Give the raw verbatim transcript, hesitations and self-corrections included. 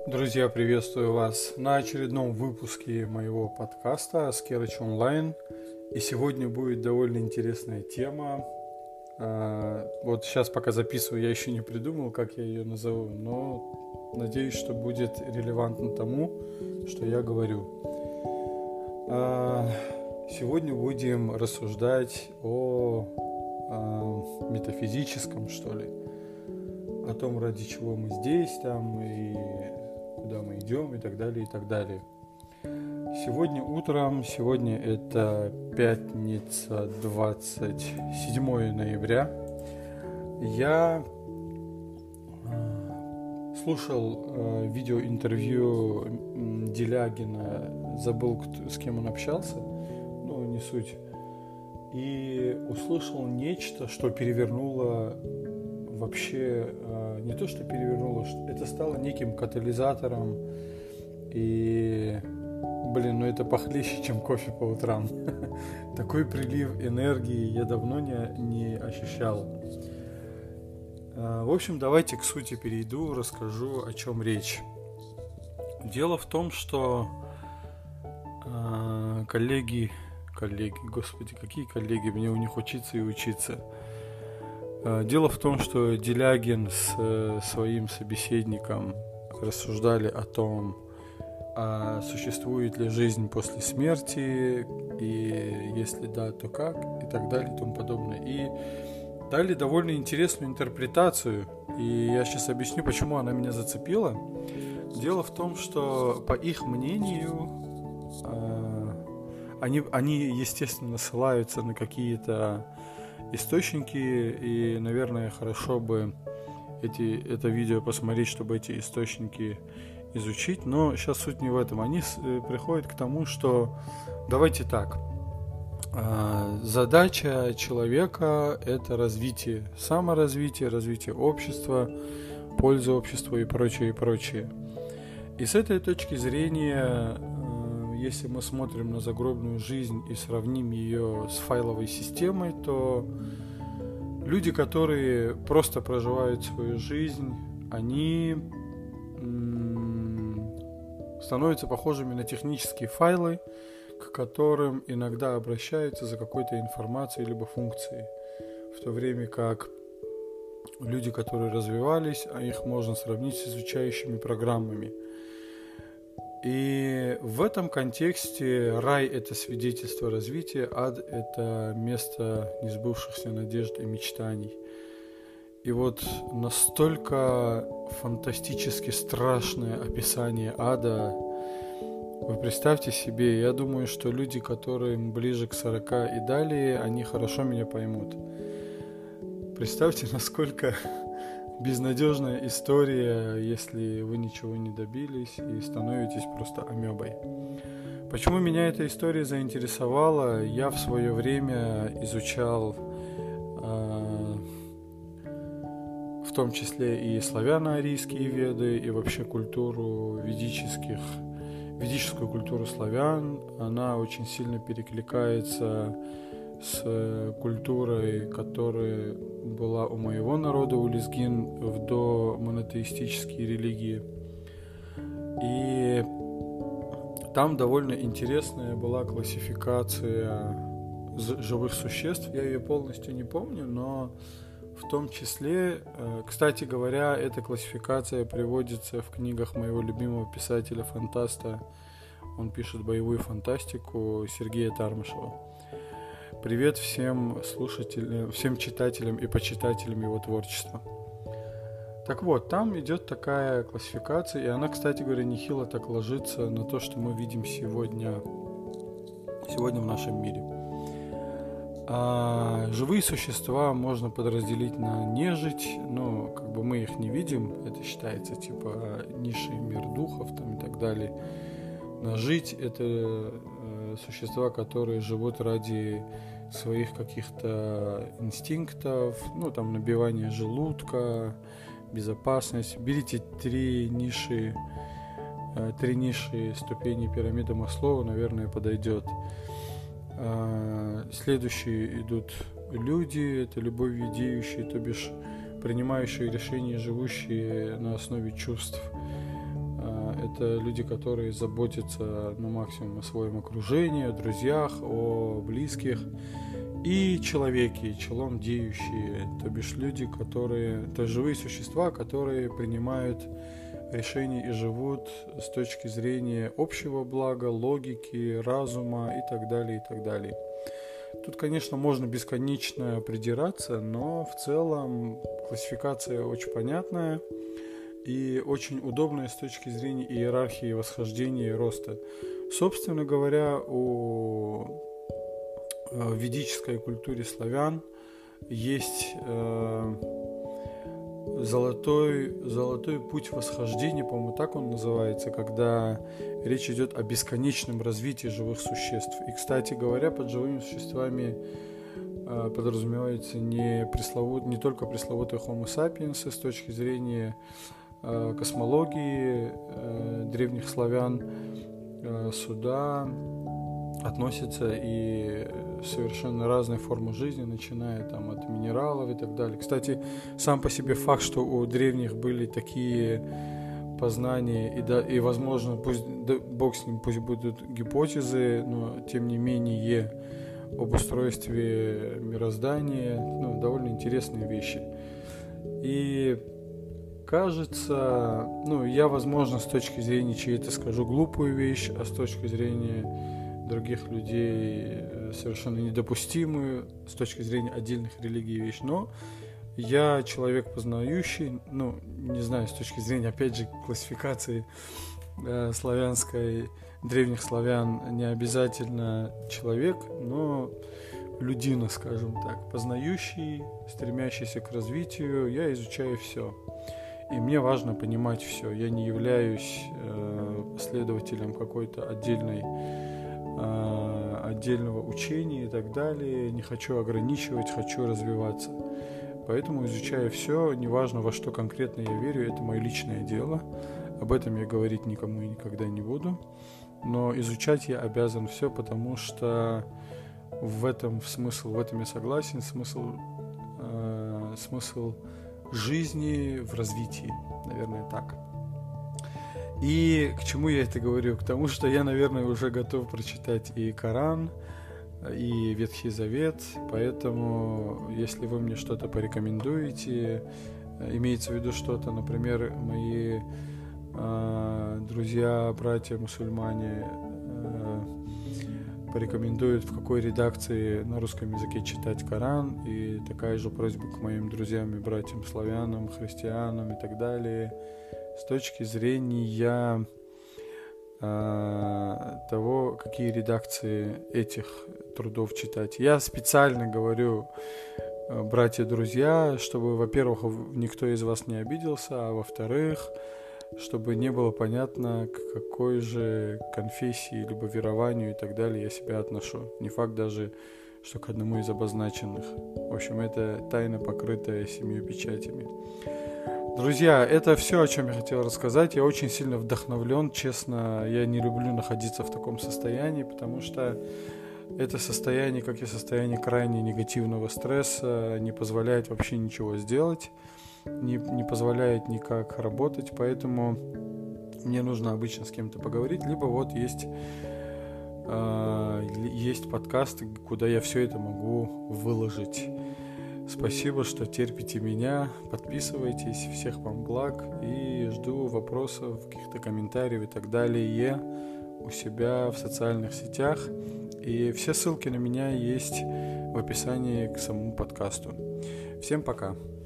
Друзья, приветствую вас на очередном выпуске моего подкаста Скерыч Онлайн. И сегодня будет довольно интересная тема. Вот сейчас, пока записываю, я еще не придумал, как я ее назову, но надеюсь, что будет релевантно тому, что я говорю. Сегодня будем рассуждать о, о метафизическом, что ли, о том, ради чего мы здесь, там, и куда мы идем, и так далее, и так далее. Сегодня утром, сегодня это пятница, двадцать седьмое ноября, я слушал э, видеоинтервью Делягина, забыл, кто, с кем он общался, ну, не суть, и услышал нечто, что перевернуло вообще, э, не то что перевернуло, это стало неким катализатором, и, блин, ну это похлеще, чем кофе по утрам. Такой прилив энергии я давно не, не ощущал. В общем, давайте к сути перейду, расскажу, о чем речь. Дело в том, что э, коллеги, коллеги, господи, какие коллеги, мне у них учиться и учиться. Э, дело в том, что Делягин с э, своим собеседником рассуждали о том, а существует ли жизнь после смерти, и если да, то как, и так далее, и тому подобное. И дали довольно интересную интерпретацию, и я сейчас объясню, почему она меня зацепила. Дело в том, что, по их мнению, они, они естественно, ссылаются на какие-то источники, и, наверное, хорошо бы эти, это видео посмотреть, чтобы эти источники изучить, но сейчас суть не в этом. Они приходят к тому, что давайте так, задача человека — это развитие, саморазвитие, развитие общества, польза обществу и прочее, и прочее. И с этой точки зрения, если мы смотрим на загробную жизнь и сравним ее с файловой системой, то люди, которые просто проживают свою жизнь, они становятся похожими на технические файлы, к которым иногда обращаются за какой-то информацией либо функцией, в то время как люди, которые развивались, а их можно сравнить с изучающими программами. И в этом контексте рай — это свидетельство развития, ад — это место несбывшихся надежд и мечтаний. И вот настолько фантастически страшное описание ада. Вы представьте себе, я думаю, что люди, которым ближе к сорока и далее, они хорошо меня поймут. Представьте, насколько безнадежная история, если вы ничего не добились и становитесь просто амебой. Почему меня эта история заинтересовала? Я в свое время изучал э, в том числе и славяно-арийские веды, и вообще культуру ведических Ведическую культуру славян. Она очень сильно перекликается с культурой, которая была у моего народа, у лезгин, в домонотеистические религии. И там довольно интересная была классификация живых существ. Я ее полностью не помню, но в том числе, кстати говоря, эта классификация приводится в книгах моего любимого писателя-фантаста. Он пишет боевую фантастику, Сергея Тармышева. Привет всем слушателям, всем читателям и почитателям его творчества. Так вот, там идет такая классификация, и она, кстати говоря, нехило так ложится на то, что мы видим сегодня, сегодня в нашем мире. А живые существа можно подразделить на нежить, но как бы мы их не видим, это считается типа низший мир духов там и так далее. На жить — это э, существа, которые живут ради своих каких-то инстинктов, ну там набивание желудка, безопасность. Берите три ниши, э, три ниши ступени пирамиды Маслоу, наверное, подойдет. Следующие идут люди, это любовь ведеющие, то бишь принимающие решения, живущие на основе чувств. Это люди, которые заботятся на максимум о своем окружении, о друзьях, о близких. И человеки, челом деющие, то бишь люди, которые, то есть живые существа, которые принимают решения и живут с точки зрения общего блага, логики, разума и так далее, и так далее. Тут, конечно, можно бесконечно придираться, но в целом классификация очень понятная и очень удобная с точки зрения иерархии восхождения и роста. Собственно говоря, у в ведической культуре славян есть э, золотой, золотой путь восхождения, по-моему, так он называется, когда речь идет о бесконечном развитии живых существ. И, кстати говоря, под живыми существами э, подразумевается не, пресловут, не только пресловутый Homo sapiens с точки зрения э, космологии э, древних славян, э, сюда относятся и совершенно разные формы жизни, начиная там от минералов и так далее. Кстати, сам по себе факт, что у древних были такие познания, и, да, и возможно, пусть да, бог с ним, пусть будут гипотезы, но тем не менее об устройстве мироздания, ну, довольно интересные вещи. И кажется, ну, я, возможно, с точки зрения чьей-то скажу глупую вещь, а с точки зрения других людей совершенно недопустимую с точки зрения отдельных религий вещь, но я человек познающий, ну, не знаю, с точки зрения, опять же, классификации э, славянской, древних славян, не обязательно человек, но людина, скажем так, познающий, стремящийся к развитию, я изучаю все. И мне важно понимать все. Я не являюсь э, последователем какой-то отдельной отдельного учения и так далее. Не хочу ограничивать, хочу развиваться. Поэтому изучаю все, неважно, во что конкретно я верю, это мое личное дело. Об этом я говорить никому и никогда не буду. Но изучать я обязан все, потому что в этом смысл, в этом я согласен, смысл, э, смысл жизни в развитии, наверное, так. И к чему я это говорю? К тому, что я, наверное, уже готов прочитать и Коран, и Ветхий Завет, поэтому, если вы мне что-то порекомендуете, имеется в виду что-то, например, мои э, друзья, братья, мусульмане э, порекомендуют, в какой редакции на русском языке читать Коран, и такая же просьба к моим друзьям и братьям славянам, христианам и так далее, с точки зрения э, того, какие редакции этих трудов читать. Я специально говорю, э, братья-друзья, чтобы, во-первых, никто из вас не обиделся, а во-вторых, чтобы не было понятно, к какой же конфессии, либо верованию и так далее я себя отношу. Не факт даже, что к одному из обозначенных. В общем, это тайна, покрытая семью печатями. Друзья, это все, о чем я хотел рассказать. Я очень сильно вдохновлен, честно, я не люблю находиться в таком состоянии, потому что это состояние, как и состояние крайне негативного стресса, не позволяет вообще ничего сделать, не, не позволяет никак работать, поэтому мне нужно обычно с кем-то поговорить, либо вот есть, э, есть подкасты, куда я все это могу выложить. Спасибо, что терпите меня, подписывайтесь, всех вам благ и жду вопросов, каких-то комментариев и так далее у себя в социальных сетях. И все ссылки на меня есть в описании к самому подкасту. Всем пока!